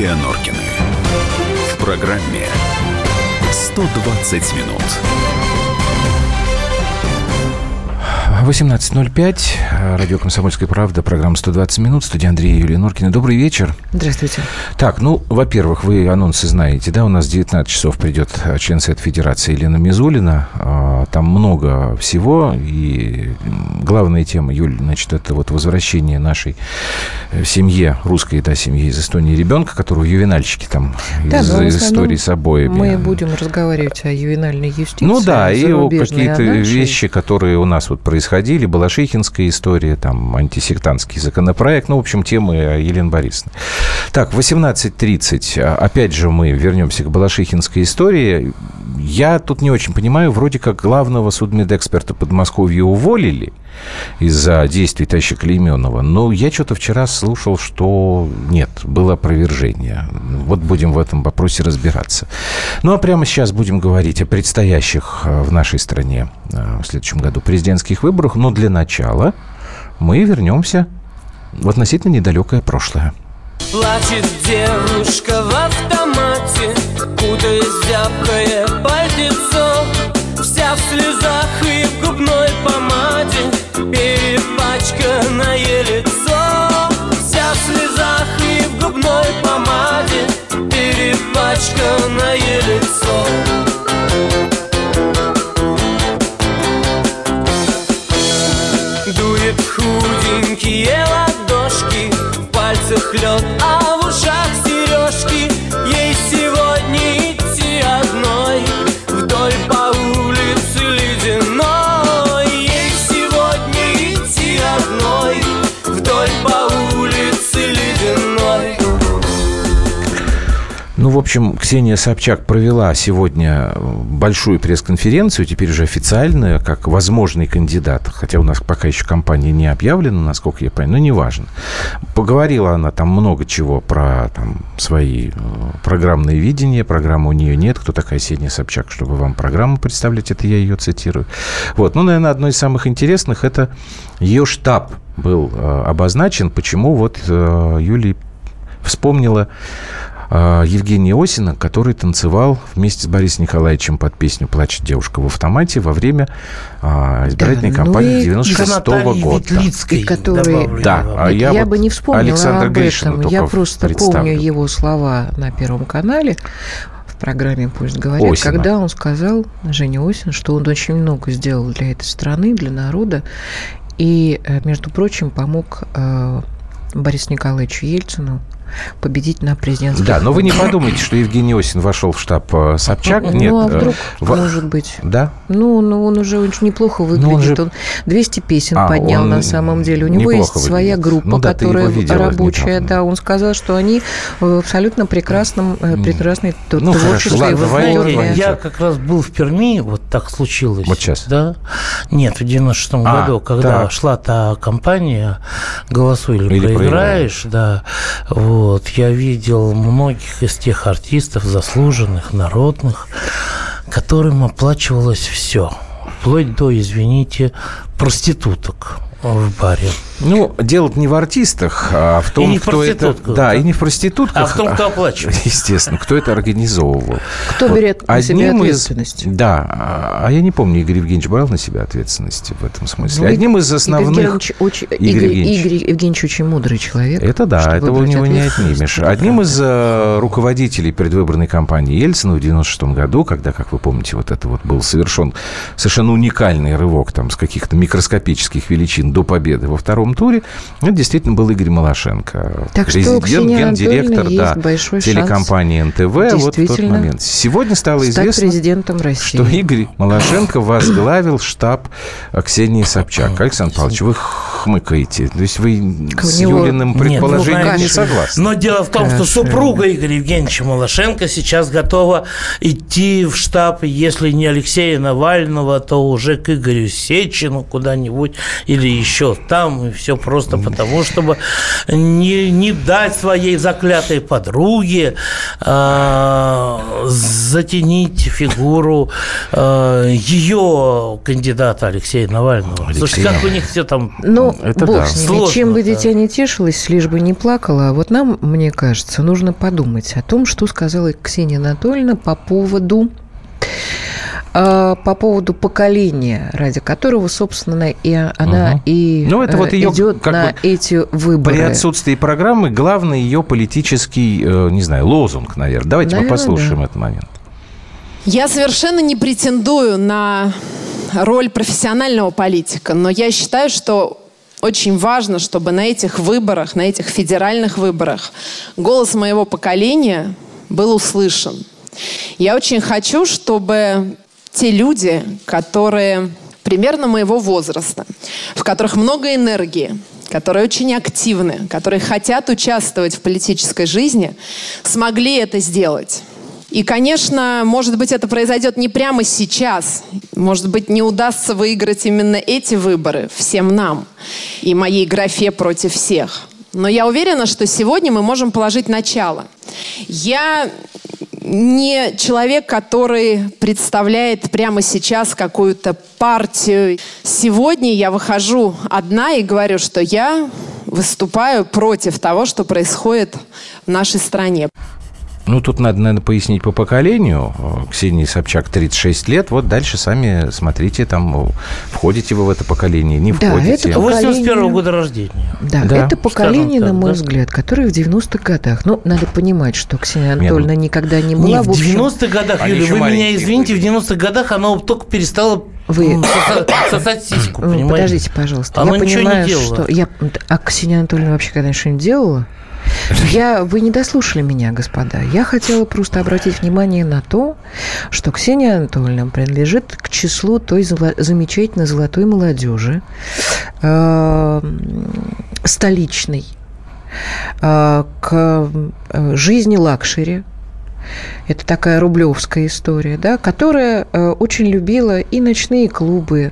Юлия Норкины. В программе «120 минут». 18:05. Радио «Комсомольская правда». Программа «120 минут». Студия Андрей и Юлия Норкина. Добрый вечер. Здравствуйте. Так, во-первых, вы анонсы знаете, да? У нас в 19 часов придет член Совета Федерации Елена Мизулина. Там много всего. И главная тема, Юль, значит, это вот возвращение нашей семье, русской, да, семьи из Эстонии ребенка, которого ювенальщики там из истории с обоими. Мы будем разговаривать о ювенальной юстиции. Ну да, и о какие-то вещи, которые у нас вот происходили. Балашихинская история, там, антисектантский законопроект. Ну, в общем, темы Елены Борисовны. Так, 18:30. Опять же, мы вернемся к Балашихинской истории. Я тут не очень понимаю. Вроде как главного судмедэксперта Подмосковья уволили из-за действий товарища Клейменова. Но я что-то вчера слушал, что нет, было опровержение. Вот будем в этом вопросе разбираться. Ну, а прямо сейчас будем говорить о предстоящих в нашей стране в следующем году президентских выборах. Но для начала мы вернемся в относительно недалекое прошлое. Плачет девушка в автомате, кутаясь в зябкое пальтецо, вся в слезах и в губной помаде, перепачканное лицо. Вся в слезах и в губной помаде, перепачканное лицо. Дует худенькие ладошки, в пальцах лед, а в ушах сережки. Ей сегодня идти одной вдоль по улице ледяной. Ей сегодня идти одной вдоль по улице ледяной. Ну, в общем, Ксения Собчак провела сегодня большую пресс-конференцию, теперь уже официальную, как возможный кандидат. Хотя у нас пока еще кампания не объявлена, насколько я понимаю, но неважно. Поговорила она там много чего про там, свои программные видения. Программы у нее нет. Кто такая Ксения Собчак, чтобы вам программу представлять? Это я ее цитирую. Вот. Ну, наверное, одно из самых интересных – это ее штаб был обозначен. Почему вот Юлия вспомнила Евгения Осина, который танцевал вместе с Борисом Николаевичем под песню «Плачет девушка в автомате» во время избирательной кампании 96-го года. И который... Да, я бы не вспомнила Александра об Гришина этом. Я просто помню его слова на Первом канале в программе «Пусть говорят», Осина. Когда он сказал, Женя Осин, что он очень много сделал для этой страны, для народа, и, между прочим, помог Борису Николаевичу Ельцину победить на президентских выборах. Да, но вы не подумайте, что Евгений Осин вошел в штаб Собчак. Нет. Ну, а вдруг, может быть. Да? Ну, он уже очень неплохо выглядит. Он 200 песен поднял на самом деле. У него есть своя группа, которая рабочая. Да, он сказал, что они в абсолютно прекрасной творчестве. Я как раз был в Перми, вот так случилось. Вот сейчас? Да. Нет, в 96-м году, когда шла та кампания «Голосуй или проиграешь», да, вот, я видел многих из тех артистов, заслуженных, народных, которым оплачивалось все, вплоть до, извините, проституток в баре. Ну, дело не в артистах, а в том, кто это... Да, и не в проститутках. А в том, кто оплачивает. Естественно, кто это организовывал. Кто берет на себя ответственность. Да, а я не помню, Игорь Евгеньевич брал на себя ответственность в этом смысле. Одним из основных... Игорь Евгеньевич очень мудрый человек. Это да, этого у него не отнимешь. Одним из руководителей предвыборной кампании Ельцина в 96-м году, когда, как вы помните, вот это вот был совершен совершенно уникальный рывок там, с каких-то микроскопических величин до победы во втором туре, это действительно был Игорь Малашенко. Так президент, что гендиректор телекомпании НТВ вот в тот момент. Сегодня стало известно, президентом России, что Игорь Малашенко возглавил штаб Ксении Собчак. Александр Павлович, вы хмыкаете. То есть вы с Юлиным предположением не согласны. Но дело в том, что супруга Игоря Евгеньевича Малашенко сейчас готова идти в штаб, если не Алексея Навального, то уже к Игорю Сечину куда-нибудь или еще там, и все просто потому, чтобы не дать своей заклятой подруге затенить фигуру ее кандидата Алексея Навального. Слушайте, как у них все там это бог да. с ними. Сложно, Чем бы да. дитя не тешилось, лишь бы не плакала. А вот нам, мне кажется, нужно подумать о том, что сказала Ксения Анатольевна по поводу поколения, ради которого, собственно, и она и это вот ее, идет на эти выборы. При отсутствии программы главный ее политический, не знаю, лозунг, наверное. Давайте мы послушаем этот момент. Я совершенно не претендую на роль профессионального политика, но я считаю, что очень важно, чтобы на этих выборах, на этих федеральных выборах голос моего поколения был услышан. Я очень хочу, чтобы те люди, которые примерно моего возраста, в которых много энергии, которые очень активны, которые хотят участвовать в политической жизни, смогли это сделать. И, конечно, может быть, это произойдет не прямо сейчас. Может быть, не удастся выиграть именно эти выборы всем нам и моей графе против всех. Но я уверена, что сегодня мы можем положить начало. Я не человек, который представляет прямо сейчас какую-то партию. Сегодня я выхожу одна и говорю, что я выступаю против того, что происходит в нашей стране. Тут надо, наверное, пояснить по поколению. Ксении Собчак 36 лет. Вот дальше сами смотрите, там входите вы в это поколение, не входите. Это 81-го года рождения. Да, это поколение, на мой взгляд, которое в 90-х годах. Надо понимать, что Ксения Анатольевна никогда не была... в 90-х годах, Юля, вы меня извините, в 90-х годах она только перестала сосать сиську, понимаете? Подождите, пожалуйста. Она ничего не делала. А Ксения Анатольевна вообще когда-нибудь что-нибудь делала? Вы не дослушали меня, господа. Я хотела просто обратить внимание на то, что Ксения Анатольевна принадлежит к числу той замечательной золотой молодежи, столичной, к жизни лакшери. Это такая рублевская история, да, которая очень любила и ночные клубы,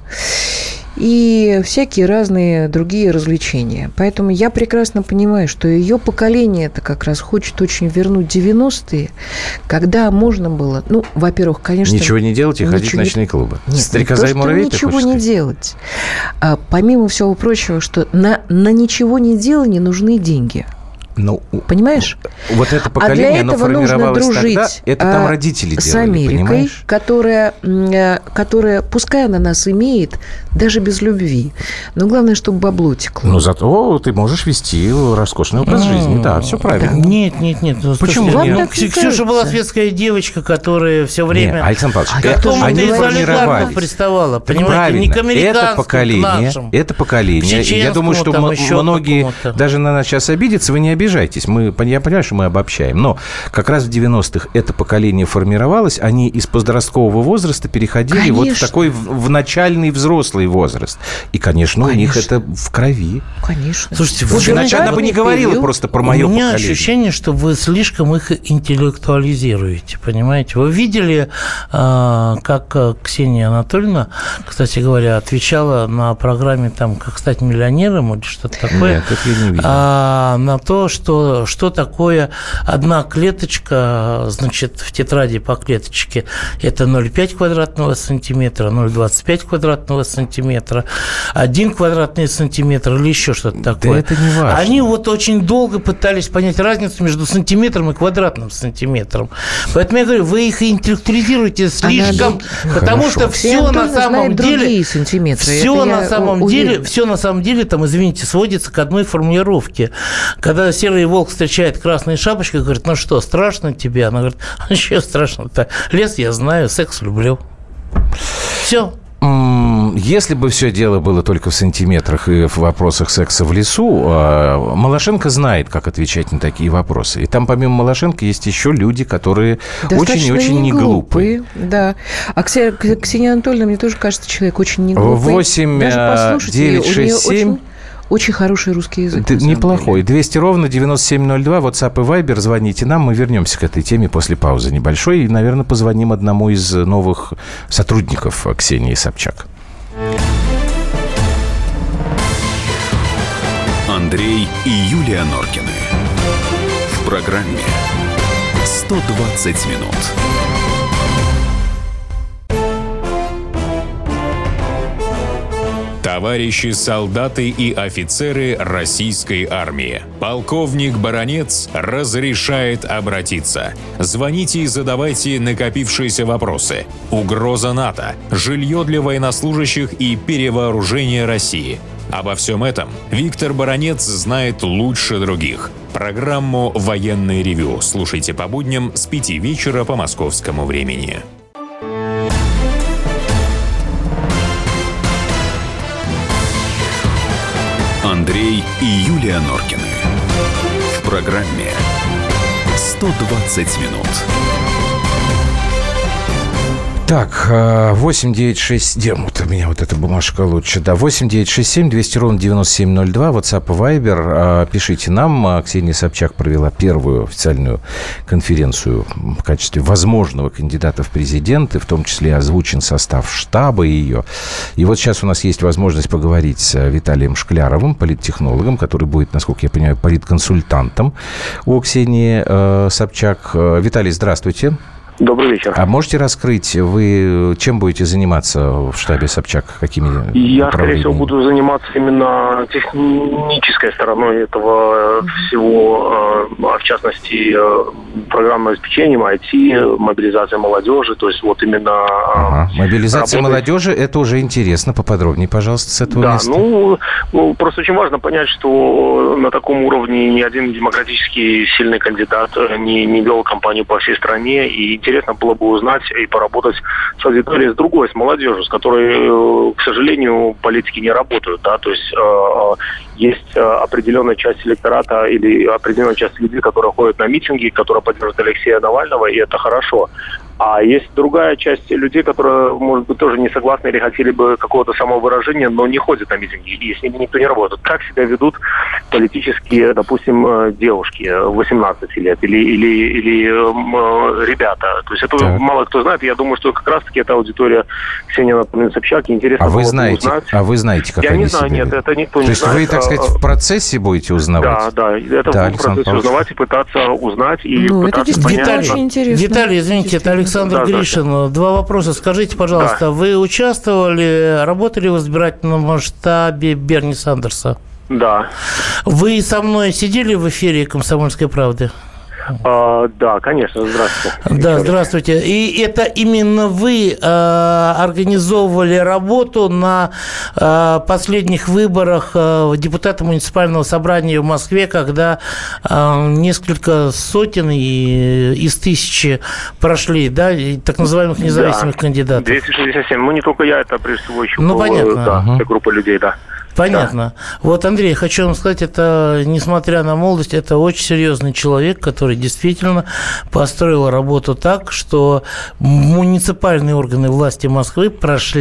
и всякие разные другие развлечения. Поэтому я прекрасно понимаю, что ее поколение это как раз хочет очень вернуть 90-е, когда можно было, во-первых, конечно... Ничего не делать и ходить в ночные клубы. Нет, Стрекоза и муравей, ничего не делать. Помимо всего прочего, что на ничего не делание нужны деньги. Понимаешь? Вот это поколение, оно формировалось тогда, это там родители делали, с Америкой, понимаешь? которая, пускай она нас имеет, даже без любви, но главное, чтобы бабло текло. Зато ты можешь вести роскошный образ жизни, да, все правильно. Нет. Почему нет? Ксюша была светская девочка, которая все время... Нет, Александр Павлович, они формировались. Приставала, понимаете, не к американскому, это поколение, я думаю, что многие даже на нас сейчас обидятся, вы не обижайтесь. Я понимаю, что мы обобщаем, но как раз в 90-х это поколение формировалось, они из подросткового возраста переходили вот в такой в начальный взрослый возраст. И, конечно, у них это в крови. Конечно. Слушайте, иначе она бы не говорила просто про мое поколение. У меня ощущение, что вы слишком их интеллектуализируете, понимаете? Вы видели, как Ксения Анатольевна, кстати говоря, отвечала на программе «Как стать миллионером» или что-то такое? Нет, это я не видел. На то, что такое одна клеточка, значит, в тетради по клеточке это 0,5 квадратного сантиметра, 0,25 квадратного сантиметра, 1 квадратный сантиметр или еще что-то такое. Да это не важно. Они очень долго пытались понять разницу между сантиметром и квадратным сантиметром. Поэтому я говорю, вы их интеллектуализируете слишком, потому что все на самом деле, все на самом деле, там, извините, сводится к одной формулировке. Когда серый волк встречает красной шапочкой, говорит, что, страшно тебе? Она говорит, что страшно-то? Лес я знаю, секс люблю. Все. Если бы все дело было только в сантиметрах и в вопросах секса в лесу, Малашенко знает, как отвечать на такие вопросы. И там помимо Малашенко есть еще люди, которые очень и очень не глупые. Да. А Ксения Анатольевна, мне тоже кажется, человек очень не глупый. 8-9-6-7... Очень хороший русский язык. Неплохой. 200 ровно 9702, WhatsApp и Viber. Звоните нам. Мы вернемся к этой теме после паузы небольшой. И, наверное, позвоним одному из новых сотрудников Ксении Собчак. Андрей и Юлия Норкины. В программе 120 минут. Товарищи солдаты и офицеры российской армии, полковник Баранец разрешает обратиться. Звоните и задавайте накопившиеся вопросы. Угроза НАТО, жилье для военнослужащих и перевооружение России. Обо всем этом Виктор Баранец знает лучше других. Программу «Военное ревю» слушайте по будням с 5 вечера по московскому времени. Андрей и Юлия Норкины. В программе «120 минут». Так, 8967, вот у меня вот эта бумажка лучше, да, 8967 200 ровно 9702, WhatsApp и Viber, пишите нам. Ксения Собчак провела первую официальную конференцию в качестве возможного кандидата в президенты, в том числе озвучен состав штаба ее. И вот сейчас у нас есть возможность поговорить с Виталием Шкляровым, политтехнологом, который будет, насколько я понимаю, политконсультантом у Ксении Собчак. Виталий, здравствуйте. Добрый вечер. А можете раскрыть, вы чем будете заниматься в штабе Собчак? Какими Я, скорее всего, буду заниматься именно технической стороной этого всего, в частности, программным обеспечением, IT, мобилизация молодежи, то есть вот именно... Мобилизация молодежи, это уже интересно, поподробнее, пожалуйста, с этого места. Ну, просто очень важно понять, что на таком уровне ни один демократический сильный кандидат не вел кампанию по всей стране, и интересно было бы узнать и поработать с аудиторией, с другой, с молодежью, с которой, к сожалению, политики не работают, да, то есть есть определенная часть электората или определенная часть людей, которые ходят на митинги, которые поддерживают Алексея Навального, и это хорошо. А есть другая часть людей, которые, может быть, тоже не согласны или хотели бы какого-то самовыражения, но не ходят на митинги, и с ними никто не работает. Как себя ведут политические, допустим, девушки 18 лет или ребята? То есть это мало кто знает. Я думаю, что как раз-таки эта аудитория Ксении Анатольевны Собчак. Интересно вы знаете, как я они не знаю, себя нет, это никто не знает. То есть вы, так сказать, в процессе будете узнавать? Да, это в процессе узнавать и пытаться узнать. И пытаться понять. Очень интересно. Виталий, извините, это Александр Гришин. Два вопроса. Скажите, пожалуйста, вы участвовали, работали в избирательном штабе Берни Сандерса? Да. Вы со мной сидели в эфире «Комсомольской правды»? Да, конечно, здравствуйте. Да, здравствуйте. И это именно вы организовывали работу на последних выборах депутата муниципального собрания в Москве, когда несколько сотен из тысячи прошли, да, так называемых независимых кандидатов. 267. Ну, не только я, это прежде всего еще понятно. группа людей, да. Понятно. Да. Вот, Андрей, хочу вам сказать, это, несмотря на молодость, это очень серьезный человек, который действительно построил работу так, что муниципальные органы власти Москвы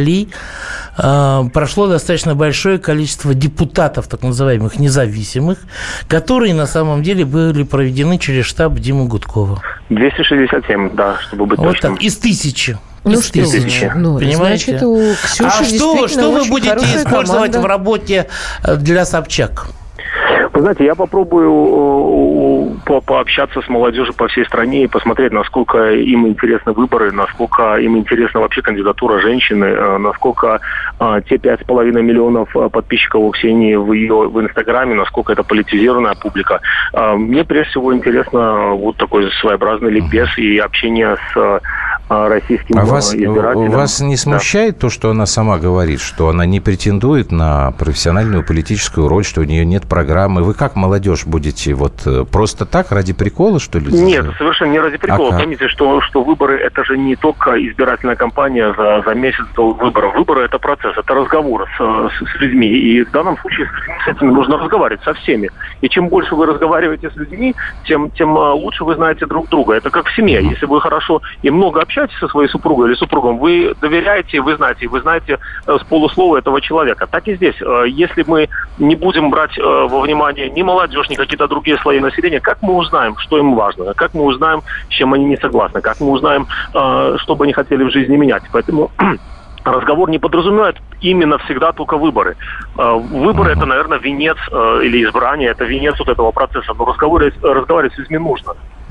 прошло достаточно большое количество депутатов, так называемых независимых, которые на самом деле были проведены через штаб Димы Гудкова. 267, да, чтобы быть вот точным. Так, из 1000. Ну, что понимаете? Значит, у Ксюши что вы будете использовать в работе для Собчак? Вы знаете, я попробую пообщаться с молодежью по всей стране и посмотреть, насколько им интересны выборы, насколько им интересна вообще кандидатура женщины, насколько те 5,5 миллионов подписчиков у Ксении в Инстаграме, насколько это политизированная публика. Мне прежде всего интересно вот такой своеобразный ликбез и общение с российским избирателем. Вас не смущает то, что она сама говорит, что она не претендует на профессиональную политическую роль, что у нее нет программы? Вы как молодежь будете вот просто так, ради прикола, что ли? Нет, совершенно не ради прикола. Поймите, что выборы – это же не только избирательная кампания за месяц до выборов. Выборы – это процесс, это разговор с людьми. И в данном случае с этими нужно разговаривать со всеми. И чем больше вы разговариваете с людьми, тем лучше вы знаете друг друга. Это как в семье. Если вы хорошо и много общаетесь со своей супругой или супругом, вы доверяете, вы знаете с полуслова этого человека. Так и здесь. Если мы не будем брать во внимание ни молодежь, ни какие-то другие слои населения, как мы узнаем, что им важно? Как мы узнаем, с чем они не согласны? Как мы узнаем, что бы они хотели в жизни менять? Поэтому разговор не подразумевает именно всегда только выборы. Выборы – это, наверное, венец или избрание, это венец вот этого процесса. Но разговаривать с людьми нужно.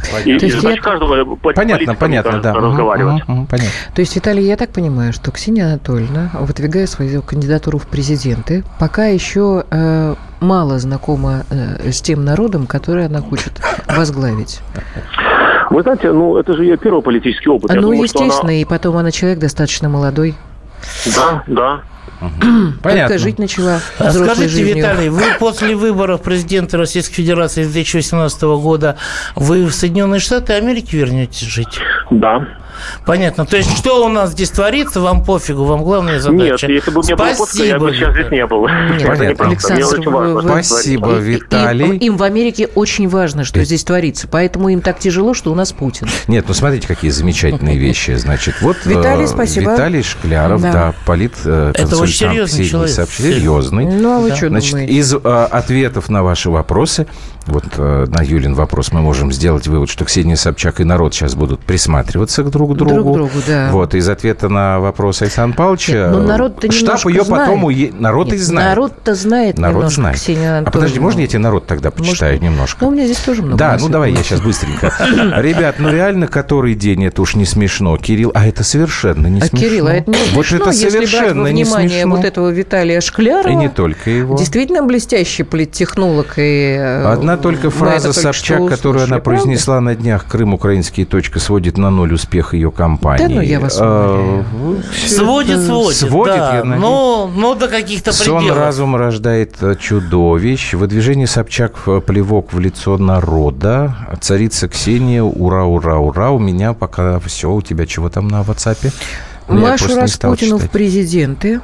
И задача каждого понятно, да. разговаривать. Понятно. То есть, Виталий, я так понимаю, что Ксения Анатольевна, выдвигая свою кандидатуру в президенты, пока еще мало знакома с тем народом, который она хочет возглавить. Вы знаете, это же ее первый политический опыт. Естественно, и потом она человек достаточно молодой. Да. Понятно. Только жить начала Скажите, жизнью. Виталий, вы после выборов президента Российской Федерации 2018 года вы в Соединенные Штаты Америки вернетесь жить? Да. Понятно. То есть, что у нас здесь творится, вам пофигу, вам главная задача. Нет, если бы мне было пофигу, я бы сейчас здесь не был. Нет, Александр, спасибо, Виталий. Им в Америке очень важно, что здесь творится, поэтому им так тяжело, что у нас Путин. Нет, смотрите, какие замечательные вещи. Значит, вот Виталий, спасибо. Виталий Шкляров, политконсультант. Это очень серьезный человек. Серьезный. А вы что думаете? Из ответов на ваши вопросы, на Юлин вопрос мы можем сделать вывод, что Ксения Собчак и народ сейчас будут присматриваться друг к другу. Да. Из ответа на вопрос Александра Павловича, народ-то штаб ее знает. потом... Народ и знает. Народ-то знает немножко, Ксения Анатольевна. Подожди, можно я тебе народ тогда почитаю немножко? У меня здесь тоже много. Да, давай я сейчас быстренько. Ребят, реально, который день, это уж не смешно. Кирилл, это совершенно не смешно. Кирилл, это не смешно, это совершенно не смешно. Внимание вот этого Виталия Шклярова. И не только его. Действительно блестящий политтехнолог. Одна только фраза Собчак, которую она произнесла на днях: Крым украинский. Сводит на ноль успех ее кампании. Да, я вас умоляю. Сводит, да, но до каких-то пределов. Сон разум рождает чудовищ. Выдвижение Собчак плевок в лицо народа. Царица Ксения, ура, ура, ура. У меня пока все. У тебя чего там на WhatsApp? Машу Распутину в президенты.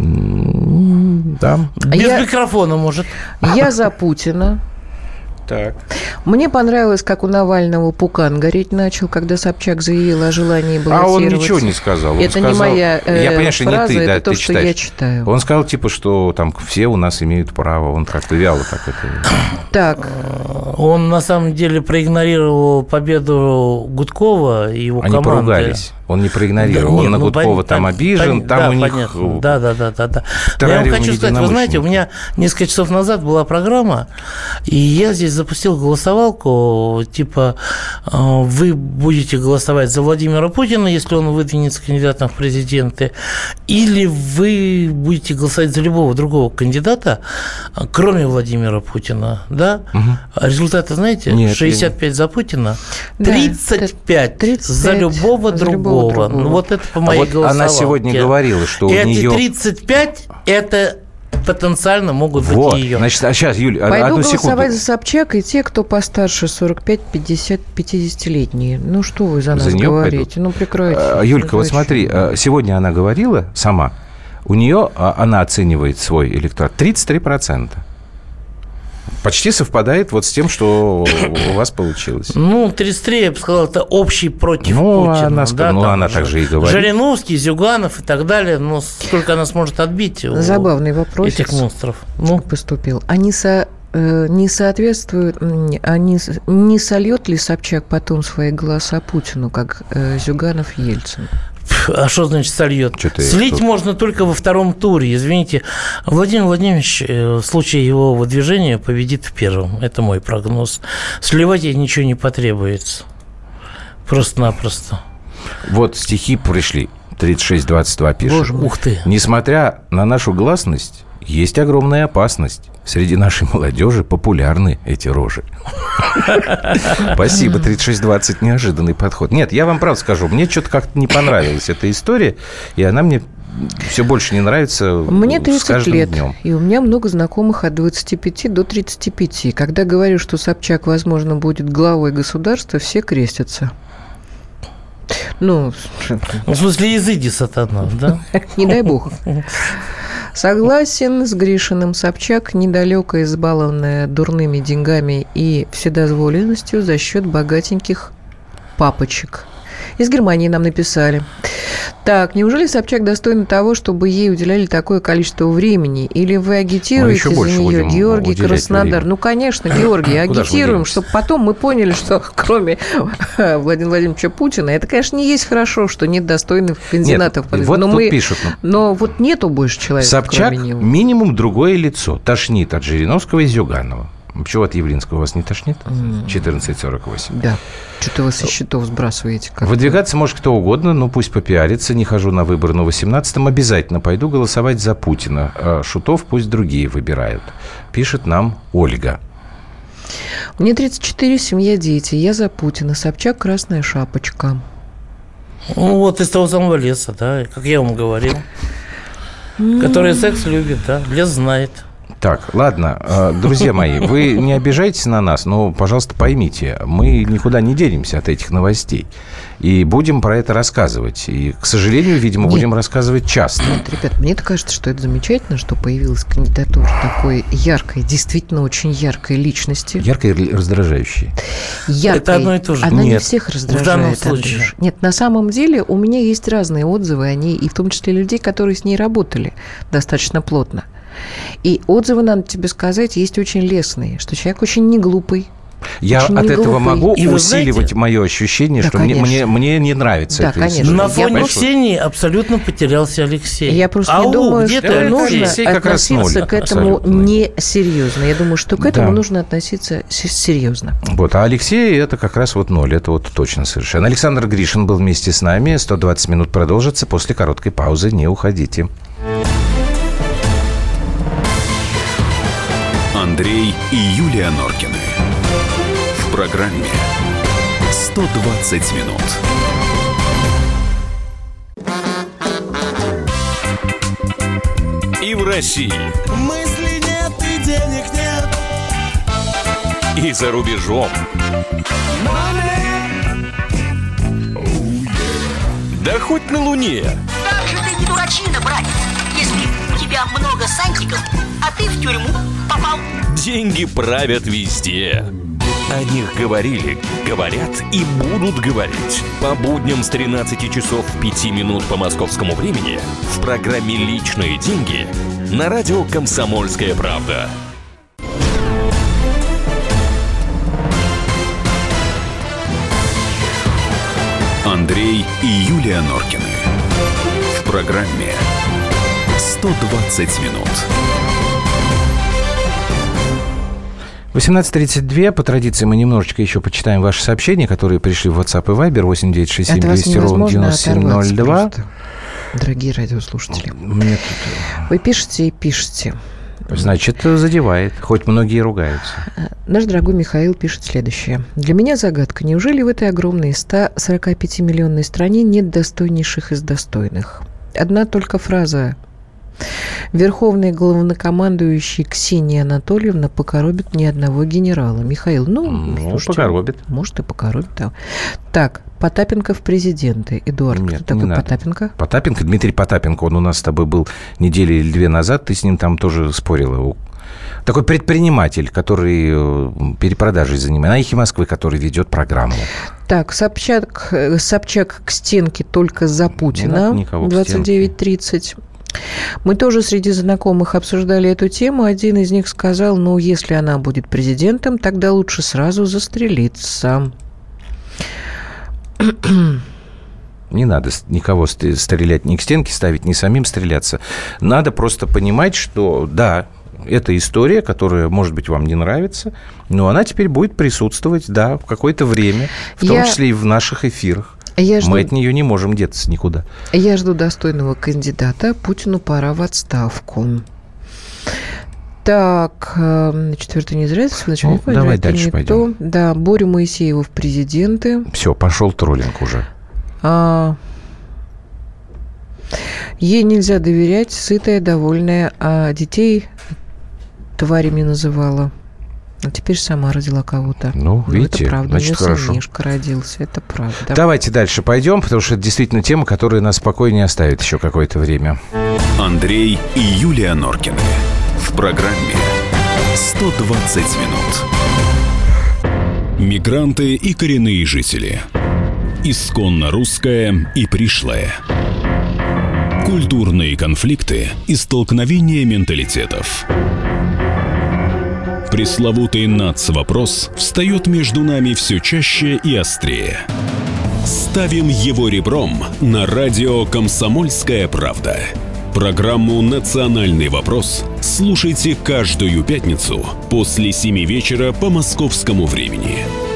Да. Без микрофона, может. Я за Путина. Так. Мне понравилось, как у Навального пукан гореть начал, когда Собчак заявила о желании баллотироваться. А он ничего не сказал. Он это сказал, не моя я, конечно, фраза, не ты, это то, ты что читаешь. я читаю. Он сказал, что там все у нас имеют право. Он как-то вяло так это... Так. Он, на самом деле, проигнорировал победу Гудкова и его команды. Они поругались. Он не проигнорировал. Он на Гудкова там обижен, там у них... Да. Я вам хочу сказать, вы знаете, у меня несколько часов назад была программа, и я здесь запустил голосовалку, вы будете голосовать за Владимира Путина, если он выдвинется кандидатом в президенты, или вы будете голосовать за любого другого кандидата, кроме Владимира Путина, да? Угу. Результаты знаете? Нет, 65 за Путина, 35 за любого другого. Вот это по моей голосовалке. Она сегодня говорила, что у нее... Эти 35 – это потенциально могут быть ее. Значит, сейчас, Юль, пойду одну секунду. голосовать за Собчак и те, кто постарше 45-50, 50-летние. Что вы за нас говорите? Прекратите. Юлька, смотри, сегодня она говорила сама, у нее, она оценивает свой электорат 33%. Почти совпадает с тем, что у вас получилось. 33, я бы сказал, это общий против Путина. Она также и говорит. Жириновский, Зюганов и так далее. Сколько она сможет отбить Забавный вопрос этих монстров? Поступил. Не соответствует, не сольет ли Собчак потом свои голоса Путину, как Зюганов Ельцин? А что значит сольет? Слить можно только во втором туре. Извините, Владимир Владимирович в случае его выдвижения победит в первом. Это мой прогноз. Сливать ей ничего не потребуется. Просто-напросто. Стихи пришли. 36-22 пишет. Боже мой. Ух ты. Несмотря на нашу гласность, есть огромная опасность. Среди нашей молодежи популярны эти рожи. Спасибо, 3620. Неожиданный подход. Нет, я вам правду скажу, мне что-то как-то не понравилась эта история, и она мне все больше не нравится. Мне 30 лет, днем. И у меня много знакомых от 25 до 35. Когда говорю, что Собчак, возможно, будет главой государства, все крестятся. В смысле, изыди, сатана, да? Не дай бог. Согласен с Гришиным. Собчак недалеко избалованная дурными деньгами и вседозволенностью за счет богатеньких папочек. Из Германии нам написали. Так, неужели Собчак достойна того, чтобы ей уделяли такое количество времени? Или вы агитируете за нее, Георгий Краснодар? Время. Конечно, Георгий, агитируем, чтобы потом мы поняли, что кроме Владимира Владимировича Путина, это, конечно, не есть хорошо, что нет достойных кандидатов. Нет, тут пишут. Но нету больше человека, Собчак кроме него. Минимум другое лицо. Тошнит от Жириновского и Зюганова. Почему от Явлинского вас не тошнит? 14:48. Да. Что-то вы со счетов сбрасываете. Как-то. Выдвигаться может кто угодно, но пусть попиарится. Не хожу на выборы, но в 18-м обязательно пойду голосовать за Путина. А Шутов пусть другие выбирают. Пишет нам Ольга. Мне 34, семья, дети. Я за Путина. Собчак, красная шапочка. Ну, вот из того самого леса, да, как я вам говорил. Который секс любит, да, лес знает. Так, ладно, друзья мои, вы не обижайтесь на нас, но, пожалуйста, поймите, мы никуда не денемся от этих новостей. И будем про это рассказывать. И, к сожалению, видимо, будем рассказывать часто. Нет, ребят, мне-то кажется, что это замечательно, что появилась кандидатура такой яркой, действительно очень яркой личности. Яркой и раздражающей. Яркой. Это одно и то же. Она Нет. не всех раздражает. В данном случае. Андрюш. Нет, на самом деле у меня есть разные отзывы о ней, и в том числе людей, которые с ней работали достаточно плотно. И отзывы, надо тебе сказать, есть очень лестные, что человек очень не глупый. Я очень от не этого глупый. могу И вы усиливать знаете, мое ощущение, да, что мне не нравится Да, эта конечно. история. На фоне Понимаешь, Ксении абсолютно потерялся Алексей. Я просто не думаю, где-то что Алексей. нужно Алексей как раз относиться ноль, к этому абсолютно. несерьезно. Я думаю, что к этому Да. нужно относиться серьезно. Вот, а Алексей это как раз вот 0, это вот точно совершенно. Александр Гришин был вместе с нами, 120 минут продолжится после короткой паузы, не уходите. Андрей и Юлия Норкины. В программе 120 минут. И в России. Мысли нет и денег нет. И за рубежом. Да хоть на Луне. Как же ты не дурачина, братец, если у тебя много сантиков, а ты в тюрьму попал. Деньги правят везде. О них говорили, говорят и будут говорить. По будням с 13 часов 5 минут по московскому времени в программе «Личные деньги» на радио «Комсомольская правда». Андрей и Юлия Норкины. В программе 120 минут. 18:32. По традиции мы немножечко еще почитаем ваши сообщения, которые пришли в WhatsApp и Viber 8967 200 9702. Дорогие радиослушатели. Вы пишете и пишете. Значит, задевает. Хоть многие ругаются. Наш дорогой Михаил пишет следующее. Для меня загадка. Неужели в этой огромной 145-миллионной стране нет достойнейших из достойных? Одна только фраза. Верховный главнокомандующий Ксения Анатольевна покоробит ни одного генерала. Михаил, слушайте, покоробит. Может, и покоробит, да. Так, Потапенко в президенты. Эдуард, Нет, кто такой Потапенко? Потапенко, Дмитрий Потапенко, он у нас с тобой был недели или 2 назад, ты с ним там тоже спорила. Такой предприниматель, который перепродажей занимается, на «Эхе Москвы», который ведет программу. Так, Собчак к стенке только за Путина. 29:30. Мы тоже среди знакомых обсуждали эту тему. Один из них сказал, если она будет президентом, тогда лучше сразу застрелиться. Не надо никого стрелять, ни к стенке ставить, ни самим стреляться. Надо просто понимать, что да, это история, которая, может быть, вам не нравится, но она теперь будет присутствовать, да, в какое-то время, в том числе и в наших эфирах. Мы от нее не можем деться никуда. Я жду достойного кандидата. Путину пора в отставку. Так, четвертый неизрядный. Давай дальше пойдем. Да, Борю Моисееву в президенты. Все, пошел троллинг уже. Ей нельзя доверять, сытая, довольная, а детей тварями называла. А теперь сама родила кого-то. Видите, это правда. значит, хорошо. Сынишка родился, это правда. Давайте дальше пойдем, потому что это действительно тема, которая нас спокойнее оставит еще какое-то время. Андрей и Юлия Норкины. В программе 120 минут. Мигранты и коренные жители. Исконно русское и пришлое. Культурные конфликты и столкновения менталитетов. Пресловутый НАЦ-вопрос встает между нами все чаще и острее. Ставим его ребром на радио «Комсомольская правда». Программу «Национальный вопрос» слушайте каждую пятницу после 7 вечера по московскому времени.